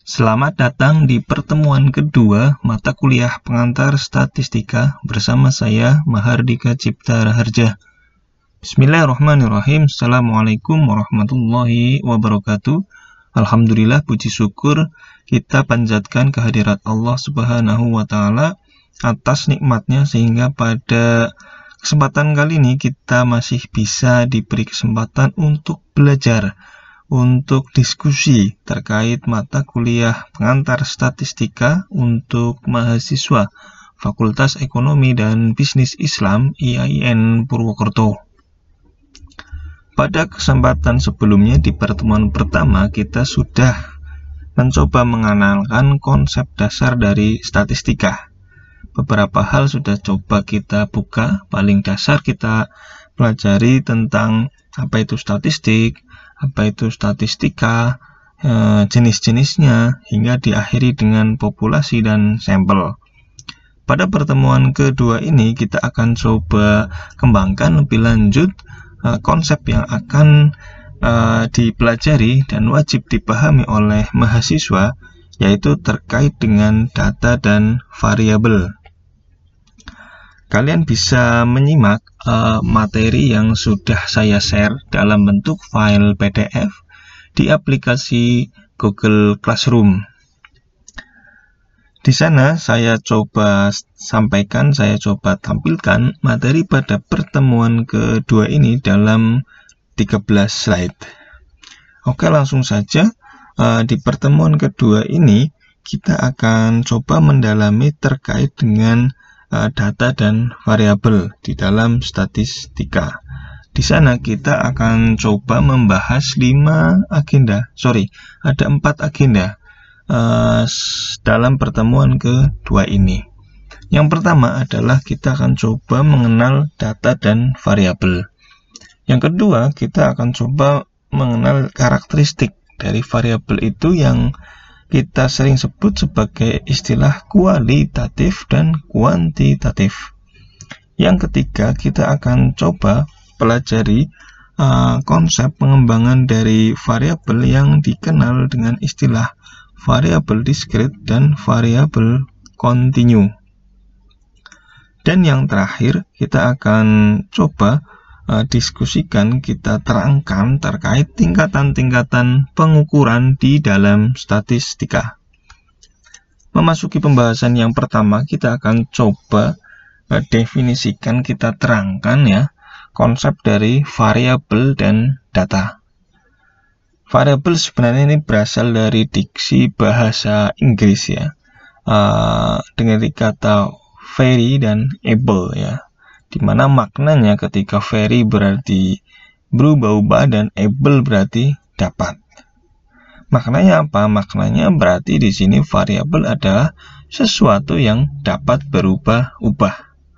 Selamat datang di pertemuan kedua mata kuliah pengantar statistika bersama saya Mahardika Cipta Raharja. Bismillahirrahmanirrahim. Assalamualaikum warahmatullahi wabarakatuh. Alhamdulillah, puji syukur kita panjatkan kehadirat Allah Subhanahu wa Ta'ala atas nikmatnya sehingga pada kesempatan kali ini kita masih bisa diberi kesempatan untuk belajar, untuk diskusi terkait mata kuliah pengantar statistika untuk mahasiswa Fakultas Ekonomi dan Bisnis Islam IAIN Purwokerto. Pada kesempatan sebelumnya di pertemuan pertama kita sudah mencoba mengenalkan konsep dasar dari statistika. Beberapa hal sudah coba kita buka, paling dasar kita pelajari tentang apa itu statistik, apa itu statistika, jenis-jenisnya, hingga diakhiri dengan populasi dan sampel. Pada pertemuan kedua ini kita akan coba kembangkan lebih lanjut konsep yang akan dipelajari dan wajib dipahami oleh mahasiswa, yaitu terkait dengan data dan variabel. Kalian bisa menyimak materi yang sudah saya share dalam bentuk file PDF di aplikasi Google Classroom. Di sana saya coba sampaikan, saya coba tampilkan materi pada pertemuan kedua ini dalam 13 slide. Oke, langsung saja di pertemuan kedua ini kita akan coba mendalami terkait dengan data dan variabel di dalam statistika. Di sana kita akan coba membahas 4 agenda dalam pertemuan kedua ini. Yang pertama adalah kita akan coba mengenal data dan variabel. Yang kedua, kita akan coba mengenal karakteristik dari variabel itu yang kita sering sebut sebagai istilah kualitatif dan kuantitatif. Yang ketiga, kita akan coba pelajari konsep pengembangan dari variabel yang dikenal dengan istilah variabel diskrit dan variabel kontinu. Dan yang terakhir, kita akan coba diskusikan, kita terangkan terkait tingkatan-tingkatan pengukuran di dalam statistika. Memasuki pembahasan yang pertama, kita akan coba definisikan, kita terangkan ya konsep dari variabel dan data. Variabel sebenarnya ini berasal dari diksi bahasa Inggris ya, dengan kata vary dan able ya, dimana maknanya ketika vary berarti berubah-ubah dan able berarti dapat. Maknanya apa? Maknanya berarti di sini variabel adalah sesuatu yang dapat berubah-ubah,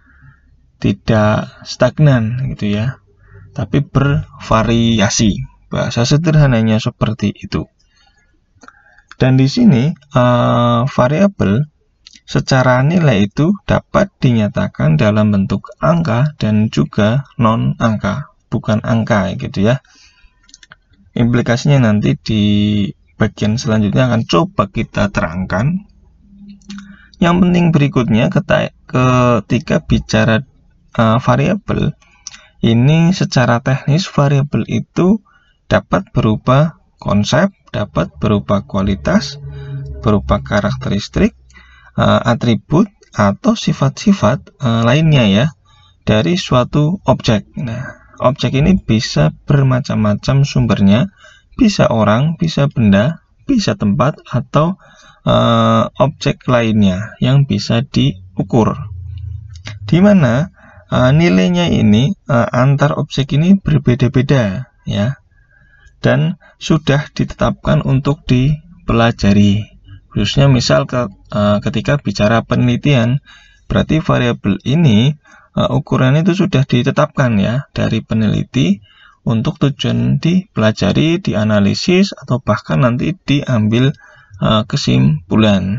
tidak stagnan gitu ya, tapi bervariasi. Bahasa sederhananya seperti itu. Dan di sini variabel secara nilai itu dapat dinyatakan dalam bentuk angka dan juga non-angka, bukan angka gitu ya. Implikasinya nanti di bagian selanjutnya akan coba kita terangkan. Yang penting berikutnya ketika bicara variabel, ini secara teknis variabel itu dapat berupa konsep, dapat berupa kualitas, berupa karakteristik, atribut atau sifat-sifat lainnya ya dari suatu objek. Nah, objek ini bisa bermacam-macam sumbernya, bisa orang, bisa benda, bisa tempat atau objek lainnya yang bisa diukur. Di mana nilainya ini antar objek ini berbeda-beda ya, dan sudah ditetapkan untuk dipelajari. Khususnya misal ketika bicara penelitian, berarti variabel ini ukurannya itu sudah ditetapkan ya dari peneliti untuk tujuan dipelajari, dianalisis, atau bahkan nanti diambil kesimpulan.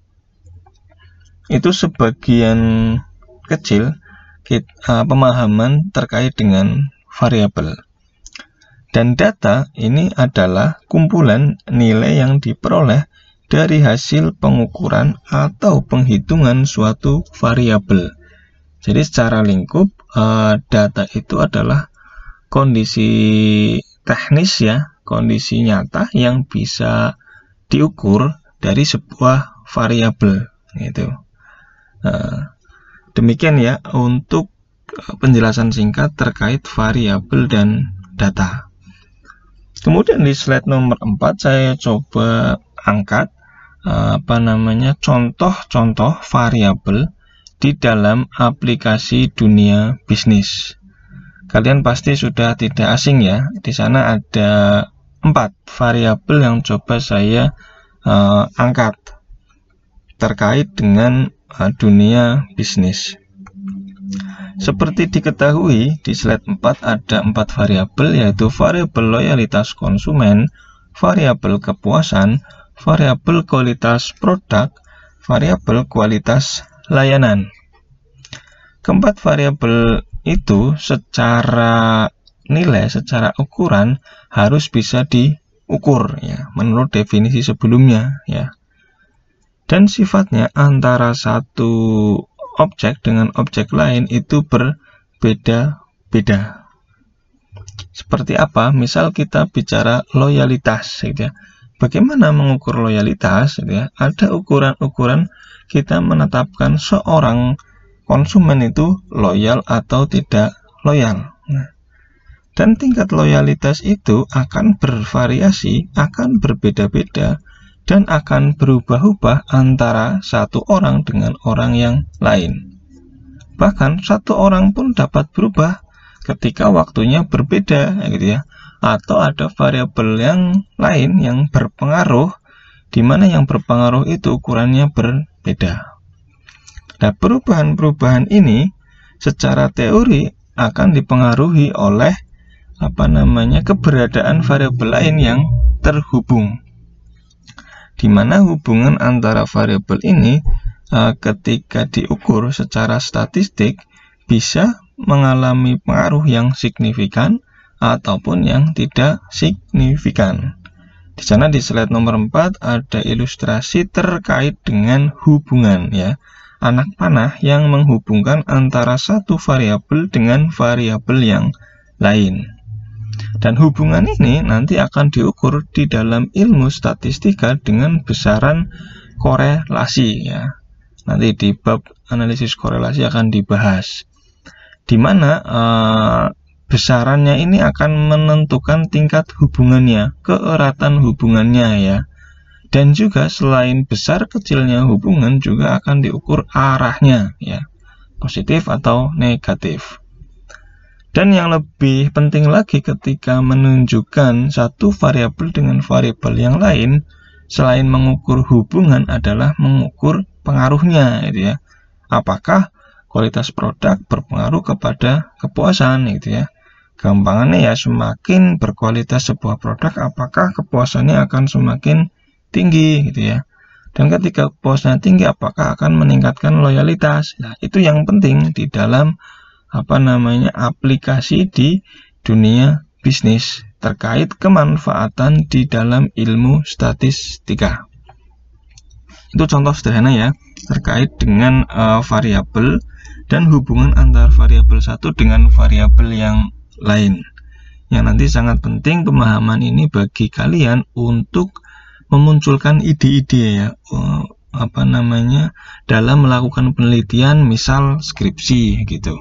Itu sebagian kecil pemahaman terkait dengan variabel. Dan data ini adalah kumpulan nilai yang diperoleh dari hasil pengukuran atau penghitungan suatu variabel. Jadi secara lingkup, data itu adalah kondisi teknis ya, kondisi nyata yang bisa diukur dari sebuah variabel gitu. Demikian ya untuk penjelasan singkat terkait variabel dan data. Kemudian di slide nomor 4 saya coba angkat contoh-contoh variabel di dalam aplikasi dunia bisnis. Kalian pasti sudah tidak asing ya. Di sana ada 4 variabel yang coba saya angkat terkait dengan dunia bisnis. Seperti diketahui, di slide 4 ada 4 variabel, yaitu variabel loyalitas konsumen, variabel kepuasan, variabel kualitas produk, variabel kualitas layanan. Keempat variabel itu secara nilai, secara ukuran harus bisa diukur ya, menurut definisi sebelumnya ya. Dan sifatnya antara satu objek dengan objek lain itu berbeda-beda. Seperti apa? Misal kita bicara loyalitas gitu ya. Bagaimana mengukur loyalitas gitu ya? Ada ukuran-ukuran kita menetapkan seorang konsumen itu loyal atau tidak loyal. Dan tingkat loyalitas itu akan bervariasi, akan berbeda-beda, dan akan berubah-ubah antara satu orang dengan orang yang lain. Bahkan satu orang pun dapat berubah ketika waktunya berbeda gitu ya. Atau ada variabel yang lain yang berpengaruh, di mana yang berpengaruh itu ukurannya berbeda. Nah, perubahan-perubahan ini secara teori akan dipengaruhi oleh keberadaan variabel lain yang terhubung. Di mana hubungan antara variabel ini ketika diukur secara statistik bisa mengalami pengaruh yang signifikan ataupun yang tidak signifikan. Di sana di slide nomor 4 ada ilustrasi terkait dengan hubungan ya. Anak panah yang menghubungkan antara satu variabel dengan variabel yang lain. Dan hubungan ini nanti akan diukur di dalam ilmu statistika dengan besaran korelasi ya. Nanti di bab analisis korelasi akan dibahas. Di mana besarannya ini akan menentukan tingkat hubungannya, keeratan hubungannya ya. Dan juga selain besar kecilnya hubungan juga akan diukur arahnya ya, positif atau negatif. Dan yang lebih penting lagi ketika menunjukkan satu variabel dengan variabel yang lain, selain mengukur hubungan adalah mengukur pengaruhnya gitu ya. Apakah kualitas produk berpengaruh kepada kepuasan gitu ya. Gampangannya ya, semakin berkualitas sebuah produk, apakah kepuasannya akan semakin tinggi gitu ya. Dan ketika kepuasannya tinggi, apakah akan meningkatkan loyalitas. Nah, itu yang penting di dalam aplikasi di dunia bisnis terkait kemanfaatan di dalam ilmu statistika. Itu contoh sederhana ya terkait dengan variabel dan hubungan antar variabel satu dengan variabel yang lain. Yang nanti sangat penting pemahaman ini bagi kalian untuk memunculkan ide-ide ya, dalam melakukan penelitian, misal skripsi gitu.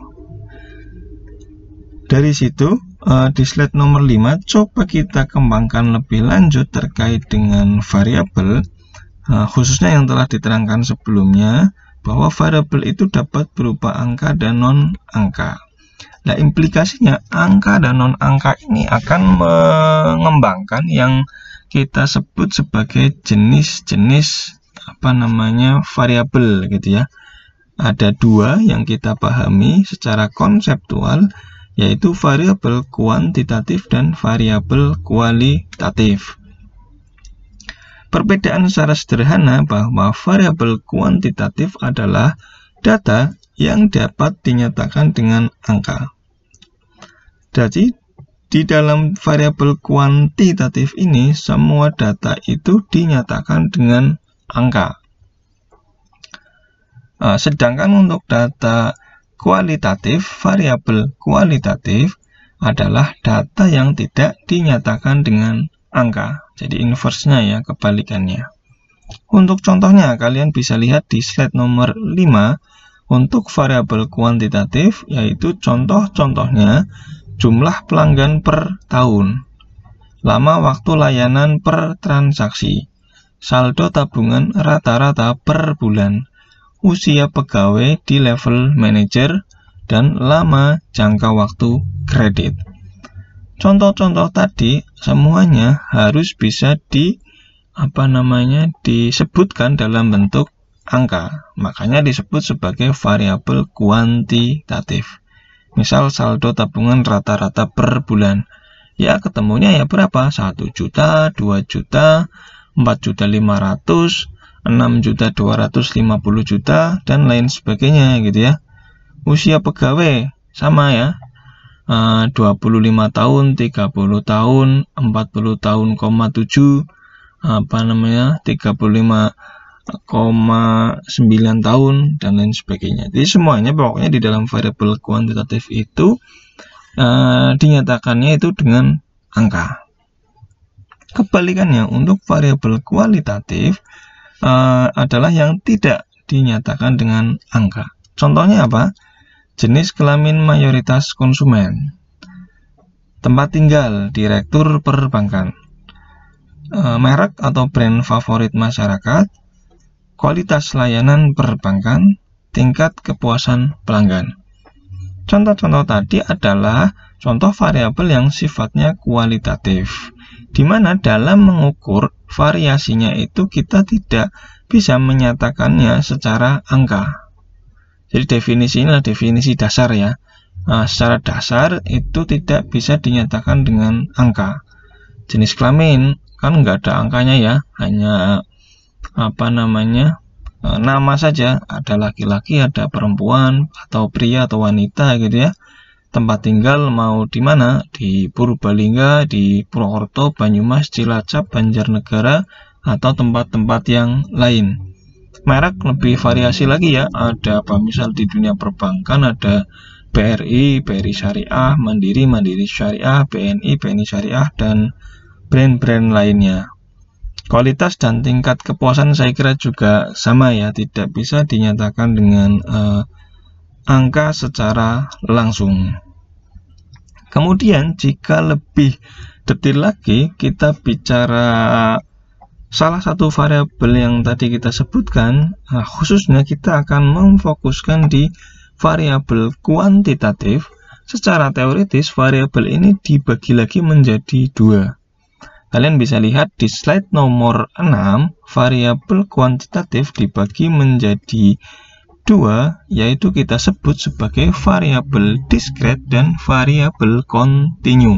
Dari situ di slide nomor 5 coba kita kembangkan lebih lanjut terkait dengan variabel, khususnya yang telah diterangkan sebelumnya bahwa variabel itu dapat berupa angka dan non-angka. Nah, implikasinya angka dan non-angka ini akan mengembangkan yang kita sebut sebagai jenis-jenis variabel gitu ya. Ada dua yang kita pahami secara konseptual, yaitu variabel kuantitatif dan variabel kualitatif. Perbedaan secara sederhana bahwa variabel kuantitatif adalah data yang dapat dinyatakan dengan angka. Jadi di dalam variabel kuantitatif ini semua data itu dinyatakan dengan angka. Sedangkan untuk data kualitatif, variabel kualitatif adalah data yang tidak dinyatakan dengan angka. Jadi inverse-nya ya, kebalikannya. Untuk contohnya, kalian bisa lihat di slide nomor 5 untuk variabel kuantitatif, yaitu contoh-contohnya jumlah pelanggan per tahun, lama waktu layanan per transaksi, saldo tabungan rata-rata per bulan, usia pegawai di level manajer, dan lama jangka waktu kredit. Contoh-contoh tadi semuanya harus bisa disebutkan dalam bentuk angka. Makanya disebut sebagai variabel kuantitatif. Misal saldo tabungan rata-rata per bulan. Ya ketemunya ya berapa? 1 juta, 2 juta, 4.500.000, 6.250.000 juta, dan lain sebagainya gitu ya. Usia pegawai sama ya. 25 tahun, 30 tahun, 40 tahun, 7, 35,9 tahun, dan lain sebagainya. Jadi semuanya pokoknya di dalam variabel kuantitatif itu dinyatakannya itu dengan angka. Kebalikannya untuk variabel kualitatif adalah yang tidak dinyatakan dengan angka. Contohnya apa? Jenis kelamin mayoritas konsumen, tempat tinggal, direktur perbankan, merek atau brand favorit masyarakat, kualitas layanan perbankan, tingkat kepuasan pelanggan. Contoh-contoh tadi adalah contoh variabel yang sifatnya kualitatif, di mana dalam mengukur variasinya itu kita tidak bisa menyatakannya secara angka. Jadi definisi ini adalah definisi dasar ya. Secara dasar itu tidak bisa dinyatakan dengan angka. Jenis kelamin kan nggak ada angkanya ya, hanya nama saja, ada laki-laki, ada perempuan, atau pria atau wanita gitu ya. Tempat tinggal mau di mana? Di Purbalingga, di Purwokerto, Banyumas, Cilacap, Banjarnegara, atau tempat-tempat yang lain. Merek lebih variasi lagi ya, ada apa misal di dunia perbankan ada BRI, BRI Syariah, Mandiri, Mandiri Syariah, BNI, BNI Syariah, dan brand-brand lainnya. Kualitas dan tingkat kepuasan saya kira juga sama ya, tidak bisa dinyatakan dengan angka secara langsung. Kemudian jika lebih detail lagi, kita bicara salah satu variabel yang tadi kita sebutkan, khususnya kita akan memfokuskan di variabel kuantitatif. Secara teoritis variabel ini dibagi lagi menjadi 2. Kalian bisa lihat di slide nomor 6, variabel kuantitatif dibagi menjadi 2, yaitu kita sebut sebagai variabel diskret dan variabel kontinu.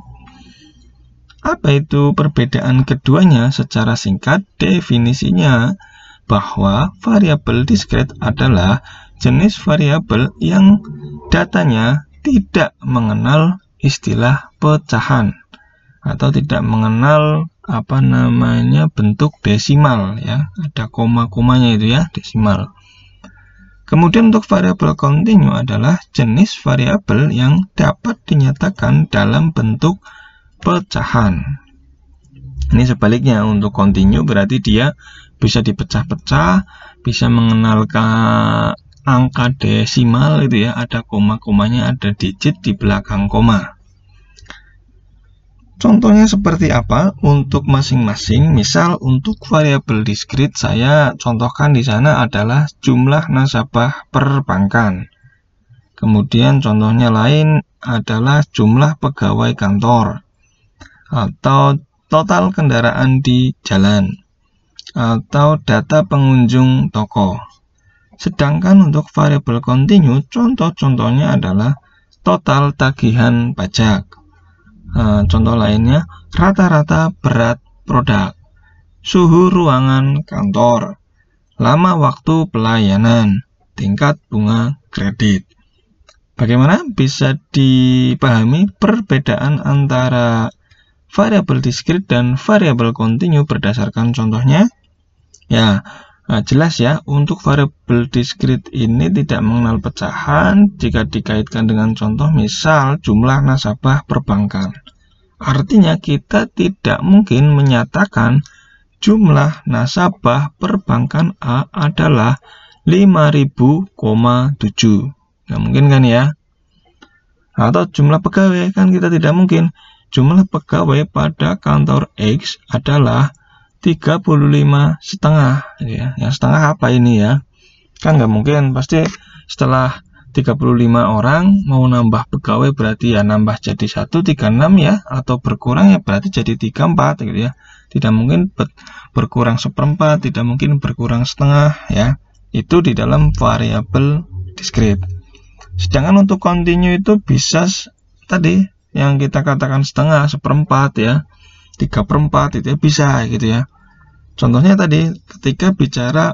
Apa itu perbedaan keduanya? Secara singkat, definisinya bahwa variabel diskret adalah jenis variabel yang datanya tidak mengenal istilah pecahan atau tidak mengenal bentuk desimal ya, ada koma-komanya itu ya, desimal. Kemudian untuk variabel kontinu adalah jenis variabel yang dapat dinyatakan dalam bentuk pecahan. Ini sebaliknya, untuk kontinu berarti dia bisa dipecah-pecah, bisa mengenal angka desimal itu ya, ada koma-komanya, ada digit di belakang koma. Contohnya seperti apa untuk masing-masing? Misal untuk variabel diskret saya contohkan di sana adalah jumlah nasabah perbankan. Kemudian contohnya lain adalah jumlah pegawai kantor, atau total kendaraan di jalan, atau data pengunjung toko. Sedangkan untuk variabel kontinu, contoh-contohnya adalah total tagihan pajak. Contoh lainnya, rata-rata berat produk, suhu ruangan kantor, lama waktu pelayanan, tingkat bunga kredit. Bagaimana bisa dipahami perbedaan antara variabel diskrit dan variabel kontinu berdasarkan contohnya? Ya, jelas ya, untuk variabel diskrit ini tidak mengenal pecahan jika dikaitkan dengan contoh misal jumlah nasabah perbankan. Artinya kita tidak mungkin menyatakan jumlah nasabah perbankan A adalah 5.000,7. Nggak mungkin kan ya? Atau jumlah pegawai, kan kita tidak mungkin. Jumlah pegawai pada kantor X adalah 35,5 ya. Yang setengah apa ini ya? Kan nggak mungkin, pasti setelah 35 orang mau nambah pegawai berarti ya nambah jadi 136 ya, atau berkurang ya berarti jadi 34 gitu ya. Tidak mungkin berkurang seperempat, tidak mungkin berkurang setengah ya. Itu di dalam variabel diskrit. Sedangkan untuk kontinu itu bisa tadi yang kita katakan setengah, seperempat ya, 3/4 itu ya bisa gitu ya. Contohnya tadi ketika bicara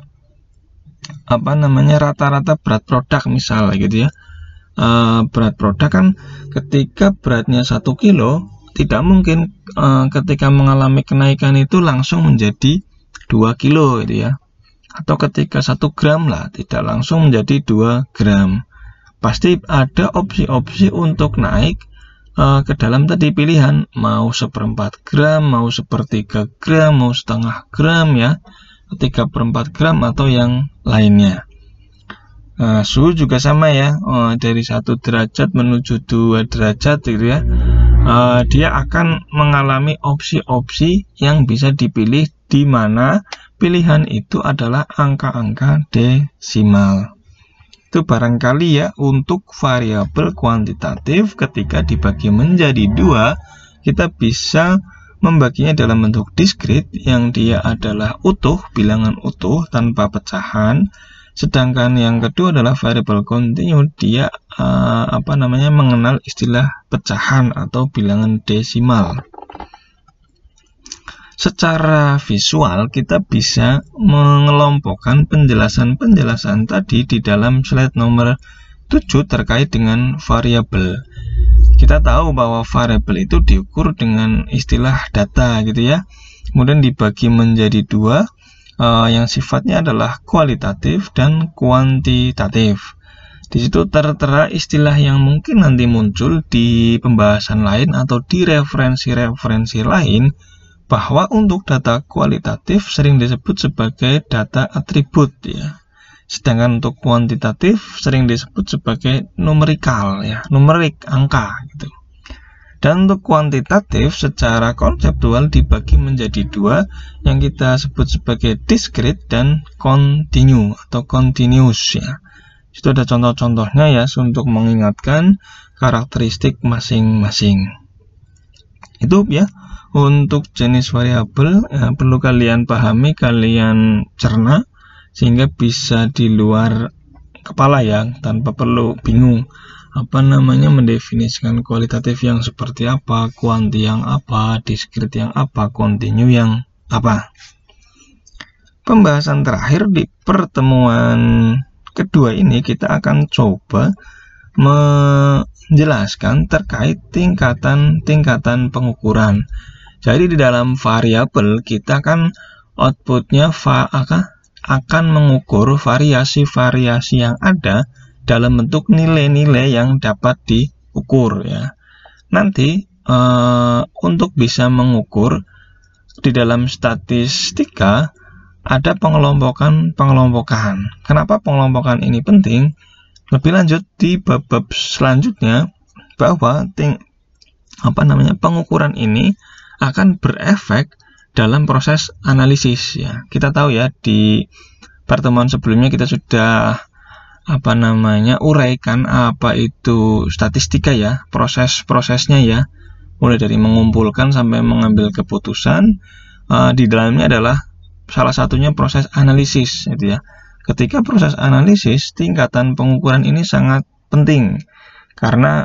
rata-rata berat produk misal gitu ya. Berat produk kan ketika beratnya 1 kilo tidak mungkin ketika mengalami kenaikan itu langsung menjadi 2 kilo gitu ya. Atau ketika 1 gram lah tidak langsung menjadi 2 gram. Pasti ada opsi-opsi untuk naik ke dalam tadi pilihan, mau 1/4 gram, mau 1/3 gram, mau setengah gram ya, 3/4 gram atau yang lainnya. Suhu juga sama ya, dari 1 derajat menuju 2 derajat gitu ya. Dia akan mengalami opsi-opsi yang bisa dipilih di mana pilihan itu adalah angka-angka desimal. Itu barangkali ya untuk variabel kuantitatif ketika dibagi menjadi 2, kita bisa membaginya dalam bentuk diskrit yang dia adalah utuh, bilangan utuh tanpa pecahan. Sedangkan yang kedua adalah variabel kontinu, dia mengenal istilah pecahan atau bilangan desimal. Secara visual kita bisa mengelompokkan penjelasan-penjelasan tadi di dalam slide nomor 7 terkait dengan variabel. Kita tahu bahwa variabel itu diukur dengan istilah data gitu ya. Kemudian dibagi menjadi 2 yang sifatnya adalah kualitatif dan kuantitatif. Di situ tertera istilah yang mungkin nanti muncul di pembahasan lain atau di referensi-referensi lain, bahwa untuk data kualitatif sering disebut sebagai data atribut ya. Sedangkan untuk kuantitatif sering disebut sebagai numerikal ya, numerik, angka gitu. Dan untuk kuantitatif secara konseptual dibagi menjadi 2 yang kita sebut sebagai diskrit dan kontinu atau continuous ya. Itu ada contoh-contohnya ya untuk mengingatkan karakteristik masing-masing. Itu ya untuk jenis variabel perlu kalian pahami, kalian cerna sehingga bisa di luar kepala ya, tanpa perlu bingung mendefinisikan kualitatif yang seperti apa, kuanti yang apa, diskrit yang apa, kontinu yang apa. Pembahasan terakhir di pertemuan kedua ini kita akan coba menjelaskan terkait tingkatan pengukuran. Jadi di dalam variabel kita kan outputnya akan mengukur variasi-variasi yang ada dalam bentuk nilai-nilai yang dapat diukur ya. Nanti untuk bisa mengukur di dalam statistika ada pengelompokan. Kenapa pengelompokan ini penting? Lebih lanjut di bab-bab selanjutnya bahwa pengukuran ini akan berefek dalam proses analisis ya. Kita tahu ya di pertemuan sebelumnya kita sudah uraikan apa itu statistika ya, proses-prosesnya ya, mulai dari mengumpulkan sampai mengambil keputusan. Di dalamnya adalah salah satunya proses analisis gitu ya. Ketika proses analisis, tingkatan pengukuran ini sangat penting karena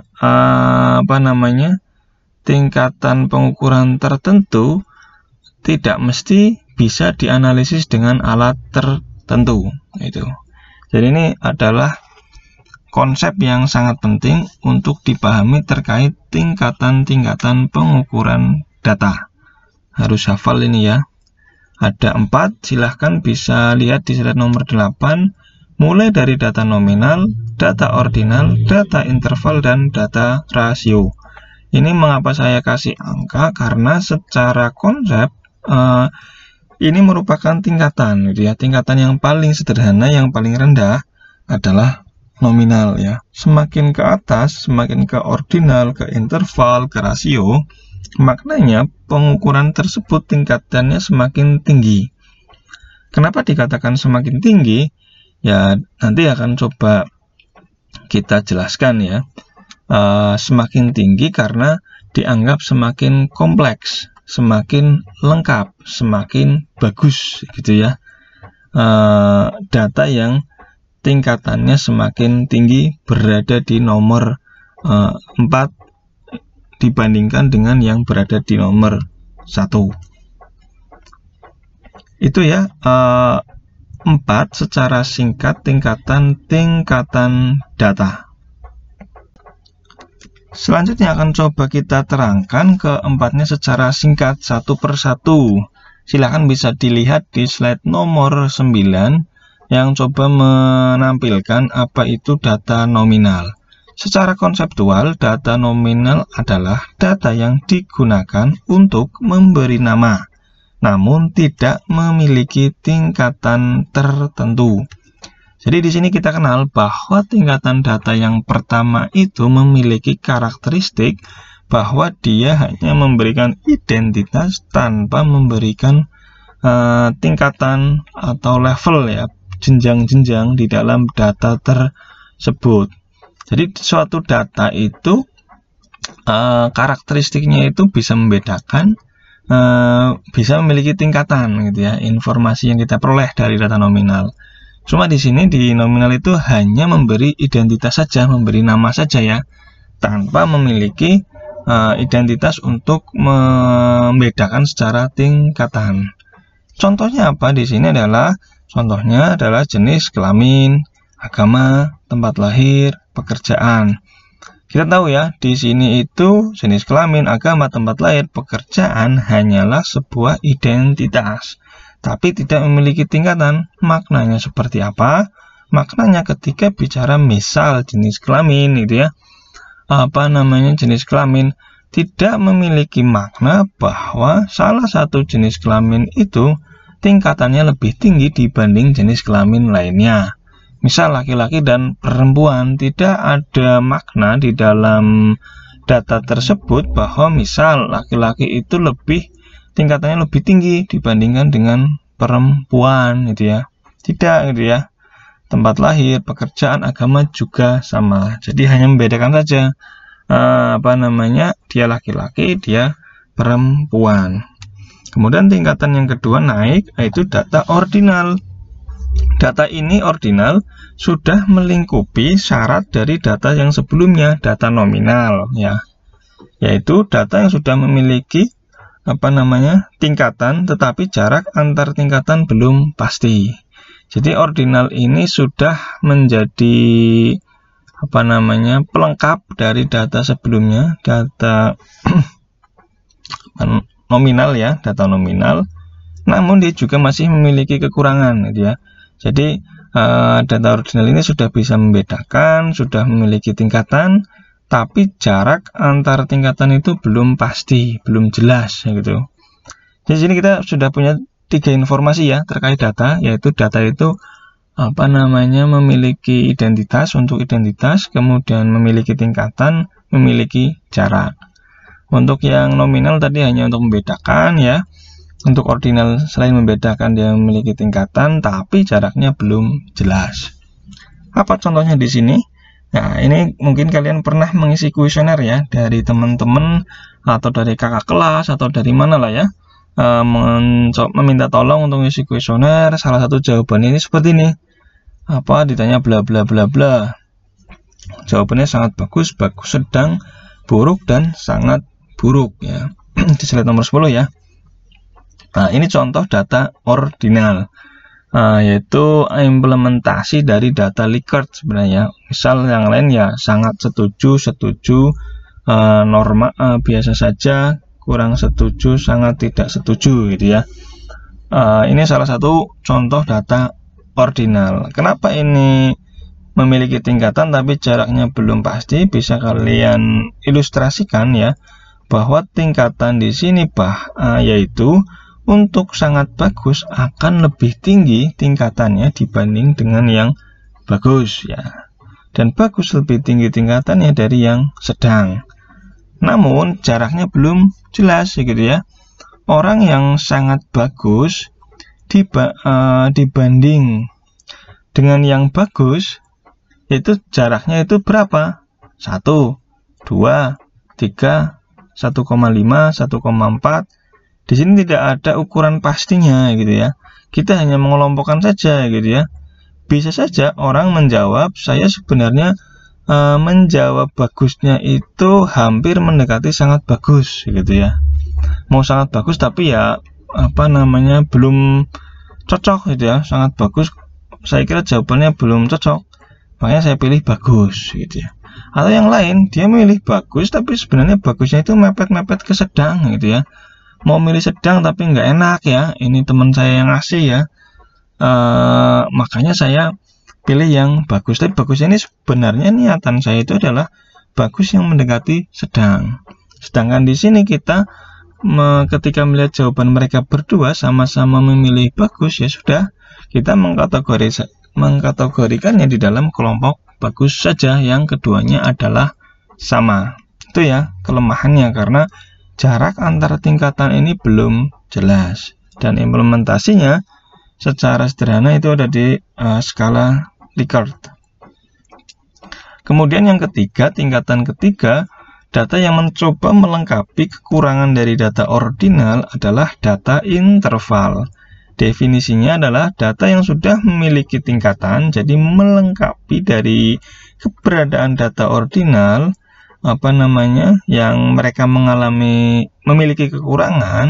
tingkatan pengukuran tertentu tidak mesti bisa dianalisis dengan alat tertentu itu. Jadi ini adalah konsep yang sangat penting untuk dipahami terkait tingkatan-tingkatan pengukuran data. Harus hafal ini ya. Ada 4, silahkan bisa lihat di slide nomor 8, mulai dari data nominal, data ordinal, data interval, dan data rasio. Ini mengapa saya kasih angka, karena secara konsep ini merupakan tingkatan, gitu ya. Tingkatan yang paling sederhana, yang paling rendah adalah nominal ya. Semakin ke atas, semakin ke ordinal, ke interval, ke rasio, maknanya pengukuran tersebut tingkatannya semakin tinggi. Kenapa dikatakan semakin tinggi? Ya, nanti akan coba kita jelaskan ya. Semakin tinggi karena dianggap semakin kompleks, semakin lengkap, semakin bagus gitu ya. Data yang tingkatannya semakin tinggi berada di nomor 4 dibandingkan dengan yang berada di nomor 1. Itu ya 4 secara singkat tingkatan data. Selanjutnya akan coba kita terangkan keempatnya secara singkat satu persatu. Silahkan bisa dilihat di slide nomor 9 yang coba menampilkan apa itu data nominal. Secara konseptual, data nominal adalah data yang digunakan untuk memberi nama, namun tidak memiliki tingkatan tertentu. Jadi di sini kita kenal bahwa tingkatan data yang pertama itu memiliki karakteristik bahwa dia hanya memberikan identitas tanpa memberikan tingkatan atau level ya, jenjang-jenjang di dalam data tersebut. Jadi suatu data itu karakteristiknya itu bisa membedakan, bisa memiliki tingkatan gitu ya, informasi yang kita peroleh dari data nominal. Cuma di sini di nominal itu hanya memberi identitas saja, memberi nama saja ya, tanpa memiliki identitas untuk membedakan secara tingkatan. Contohnya apa di sini adalah jenis kelamin, agama, tempat lahir, pekerjaan. Kita tahu ya, di sini itu jenis kelamin, agama, tempat lahir, pekerjaan hanyalah sebuah identitas, tapi tidak memiliki tingkatan. Maknanya seperti apa? Maknanya ketika bicara misal jenis kelamin gitu ya, jenis kelamin tidak memiliki makna bahwa salah satu jenis kelamin itu tingkatannya lebih tinggi dibanding jenis kelamin lainnya. Misal laki-laki dan perempuan, tidak ada makna di dalam data tersebut bahwa misal laki-laki itu tingkatannya lebih tinggi dibandingkan dengan perempuan gitu ya. Tidak gitu ya. Tempat lahir, pekerjaan, agama juga sama. Jadi hanya membedakan saja dia laki-laki, dia perempuan. Kemudian tingkatan yang kedua naik, yaitu data ordinal. Data ini ordinal sudah melingkupi syarat dari data yang sebelumnya, data nominal ya. Yaitu data yang sudah memiliki tingkatan, tetapi jarak antar tingkatan belum pasti. Jadi ordinal ini sudah menjadi pelengkap dari data sebelumnya, data nominal ya, data nominal. Namun dia juga masih memiliki kekurangan gitu ya. Jadi data ordinal ini sudah bisa membedakan, sudah memiliki tingkatan, tapi jarak antar tingkatan itu belum pasti, belum jelas gitu. Jadi sini kita sudah punya 3 informasi ya terkait data, yaitu data itu memiliki identitas, untuk identitas, kemudian memiliki tingkatan, memiliki jarak. Untuk yang nominal tadi hanya untuk membedakan ya. Untuk ordinal selain membedakan dia memiliki tingkatan, tapi jaraknya belum jelas. Apa contohnya di sini? Nah, ini mungkin kalian pernah mengisi kuesioner ya, dari teman-teman atau dari kakak kelas atau dari mana lah ya, meminta tolong untuk mengisi kuesioner. Salah satu jawabannya ini seperti ini. Ditanya bla bla bla bla. Jawabannya sangat bagus, sedang, buruk, dan sangat buruk ya. Di slide nomor 10 ya. Nah, ini contoh data ordinal. yaitu implementasi dari data Likert sebenarnya. Misal yang lain ya sangat setuju, norma biasa saja, kurang setuju, sangat tidak setuju gitu ya. Ini salah satu contoh data ordinal. Kenapa ini memiliki tingkatan tapi jaraknya belum pasti? Bisa kalian ilustrasikan ya, bahwa tingkatan di sini yaitu untuk sangat bagus akan lebih tinggi tingkatannya dibanding dengan yang bagus ya. Dan bagus lebih tinggi tingkatannya dari yang sedang. Namun jaraknya belum jelas gitu ya. Orang yang sangat bagus dibanding dengan yang bagus itu jaraknya itu berapa? 1, 2, 3, 1,5, 1,4. Di sini tidak ada ukuran pastinya gitu ya. Kita hanya mengelompokkan saja gitu ya. Bisa saja orang menjawab, saya sebenarnya menjawab bagusnya itu hampir mendekati sangat bagus gitu ya. Mau sangat bagus tapi ya belum cocok gitu ya. Sangat bagus saya kira jawabannya belum cocok, makanya saya pilih bagus gitu ya. Atau yang lain, dia milih bagus tapi sebenarnya bagusnya itu mepet-mepet ke sedang gitu ya. Mau milih sedang tapi nggak enak ya, ini teman saya yang ngasih ya, makanya saya pilih yang bagus. Tapi bagusnya ini sebenarnya niatan saya itu adalah bagus yang mendekati sedang. Sedangkan di sini kita ketika melihat jawaban mereka berdua sama-sama memilih bagus, ya sudah, kita mengkategorikannya di dalam kelompok bagus saja, yang keduanya adalah sama. Itu ya kelemahannya, karena jarak antara tingkatan ini belum jelas, dan implementasinya secara sederhana itu ada di skala Likert. Kemudian yang ketiga, tingkatan ketiga, data yang mencoba melengkapi kekurangan dari data ordinal adalah data interval. Definisinya adalah data yang sudah memiliki tingkatan, jadi melengkapi dari keberadaan data ordinal yang mereka memiliki kekurangan.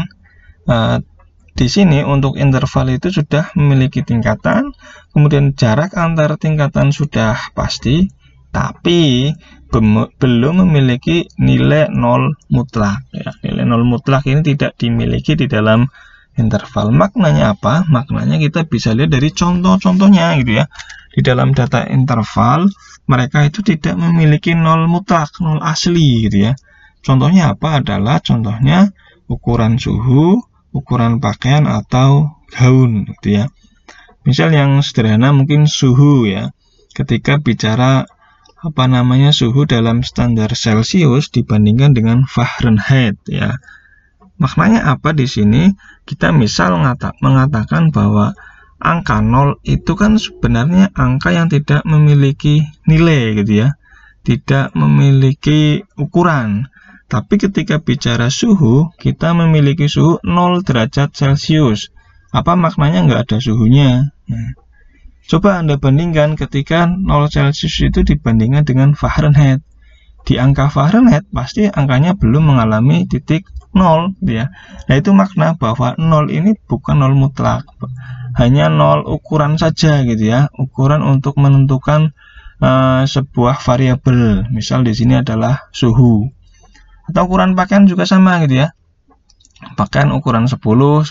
Di sini untuk interval itu sudah memiliki tingkatan, kemudian jarak antar tingkatan sudah pasti, tapi belum memiliki nilai nol mutlak ya. Nilai nol mutlak ini tidak dimiliki di dalam interval. Maknanya apa? Maknanya kita bisa lihat dari contoh-contohnya gitu ya. Di dalam data interval mereka itu tidak memiliki nol mutlak, nol asli gitu ya. Contohnya apa? Contohnya ukuran suhu, ukuran pakaian, atau gaun gitu ya. Misal yang sederhana mungkin suhu ya. Ketika bicara suhu dalam standar Celcius dibandingkan dengan Fahrenheit ya. Maknanya apa di sini? Kita misal mengatakan bahwa angka 0 itu kan sebenarnya angka yang tidak memiliki nilai gitu ya. Tidak memiliki ukuran. Tapi ketika bicara suhu, kita memiliki suhu 0 derajat Celcius. Apa maknanya nggak ada suhunya? Coba Anda bandingkan ketika 0 Celcius itu dibandingkan dengan Fahrenheit. Di angka Fahrenheit pasti angkanya belum mengalami titik 0 gitu ya. Nah, itu makna bahwa 0 ini bukan 0 mutlak. Hanya 0 ukuran saja gitu ya. Ukuran untuk menentukan sebuah variabel. Misal di sini adalah suhu. Atau ukuran pakaian juga sama gitu ya. Pakaian ukuran 10, 12,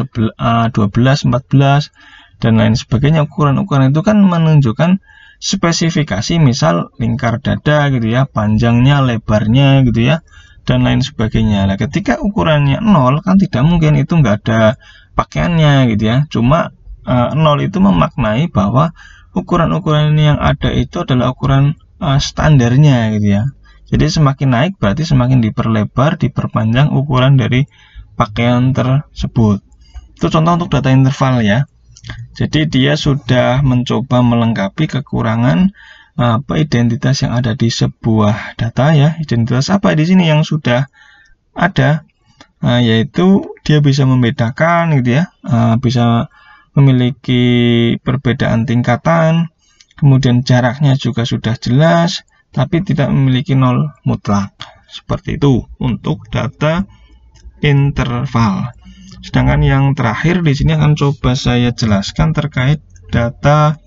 14, dan lain sebagainya. Ukuran-ukuran itu kan menunjukkan spesifikasi, misal lingkar dada gitu ya, panjangnya, lebarnya gitu ya, dan lain sebagainya. Nah, ketika ukurannya 0 kan tidak mungkin itu nggak ada pakaiannya gitu ya. Cuma 0 itu memaknai bahwa ukuran-ukuran ini yang ada itu adalah ukuran standarnya gitu ya. Jadi semakin naik berarti semakin diperlebar, diperpanjang ukuran dari pakaian tersebut. Itu contoh untuk data interval ya. Jadi dia sudah mencoba melengkapi kekurangan identitas yang ada di sebuah data ya. Identitas apa di sini yang sudah ada? Yaitu dia bisa membedakan gitu ya, bisa memiliki perbedaan tingkatan, kemudian jaraknya juga sudah jelas, tapi tidak memiliki nol mutlak. Seperti itu untuk data interval. Sedangkan yang terakhir di sini akan coba saya jelaskan terkait data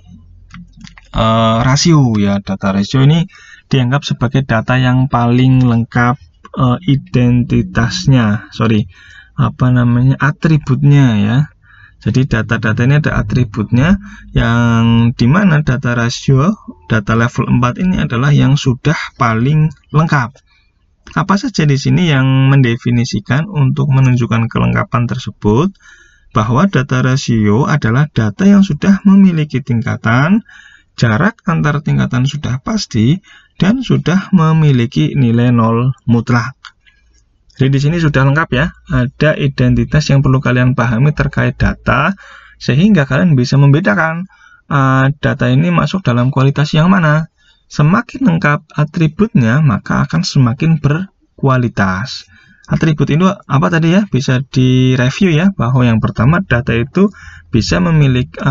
rasio ya. Data rasio ini dianggap sebagai data yang paling lengkap atributnya ya. Jadi data-data ini ada atributnya, yang dimana data rasio, data level 4 ini adalah yang sudah paling lengkap. Apa saja di sini yang mendefinisikan untuk menunjukkan kelengkapan tersebut? Bahwa data rasio adalah data yang sudah memiliki tingkatan, jarak antar tingkatan sudah pasti, dan sudah memiliki nilai 0 mutlak. Jadi di sini sudah lengkap ya, ada identitas yang perlu kalian pahami terkait data, sehingga kalian bisa membedakan data ini masuk dalam kualitas yang mana. Semakin lengkap atributnya, maka akan semakin berkualitas. Atribut itu apa tadi ya? Bisa direview ya, bahwa yang pertama data itu bisa memiliki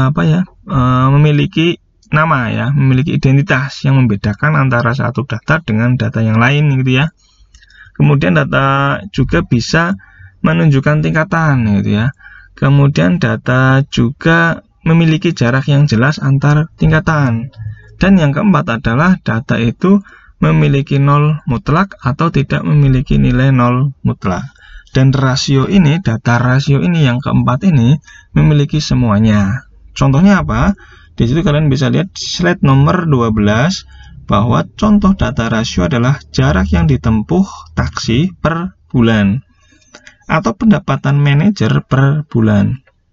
memiliki nama ya, memiliki identitas yang membedakan antara satu data dengan data yang lain gitu ya. Kemudian data juga bisa menunjukkan tingkatan gitu ya. Kemudian data juga memiliki jarak yang jelas antar tingkatan. Dan yang keempat adalah data itu memiliki 0 mutlak atau tidak memiliki nilai 0 mutlak. Dan rasio ini, data rasio ini yang keempat ini memiliki semuanya. Contohnya apa? Di situ kalian bisa lihat slide nomor 12 bahwa contoh data rasio adalah jarak yang ditempuh taksi per bulan atau pendapatan manajer per bulan.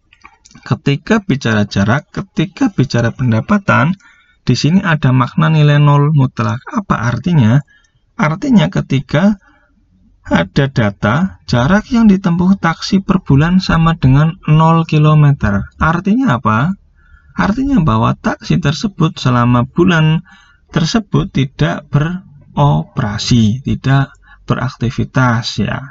Ketika bicara jarak, ketika bicara pendapatan, di sini ada makna nilai 0 mutlak. Apa artinya? Artinya ketika ada data jarak yang ditempuh taksi per bulan sama dengan 0 km. Artinya apa? Artinya bahwa taksi tersebut selama bulan tersebut tidak beroperasi, tidak beraktivitas ya.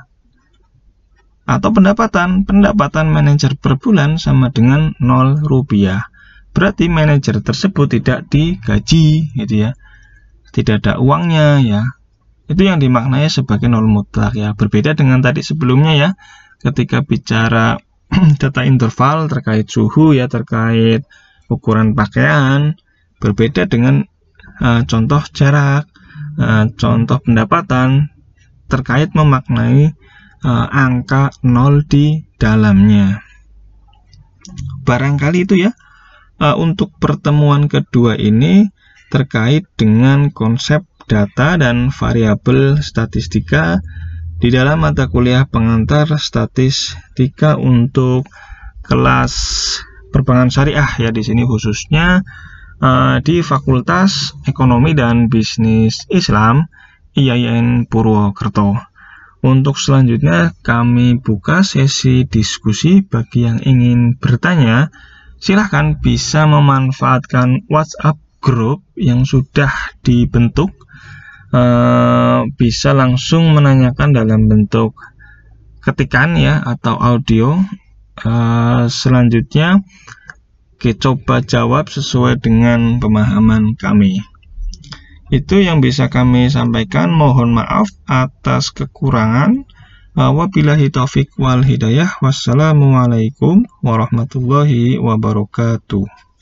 Atau pendapatan manajer per bulan sama dengan 0 rupiah. Berarti manajer tersebut tidak digaji gitu ya. Tidak ada uangnya ya. Itu yang dimaknai sebagai 0 mutlak ya. Berbeda dengan tadi sebelumnya ya. Ketika bicara data interval terkait suhu ya, terkait ukuran pakaian, berbeda dengan contoh jarak, contoh pendapatan terkait memaknai angka 0 di dalamnya. Barangkali itu ya untuk pertemuan kedua ini terkait dengan konsep data dan variabel statistika di dalam mata kuliah pengantar statistika untuk kelas perbankan syariah ya, di sini khususnya di Fakultas Ekonomi dan Bisnis Islam IAIN Purwokerto. Untuk selanjutnya kami buka sesi diskusi. Bagi yang ingin bertanya, silahkan bisa memanfaatkan WhatsApp group yang sudah dibentuk. Bisa langsung menanyakan dalam bentuk ketikan ya atau audio. Selanjutnya kita coba jawab sesuai dengan pemahaman kami. Itu yang bisa kami sampaikan. Mohon maaf atas kekurangan. Wabillahi taufik wal hidayah. Wassalamualaikum warahmatullahi wabarakatuh.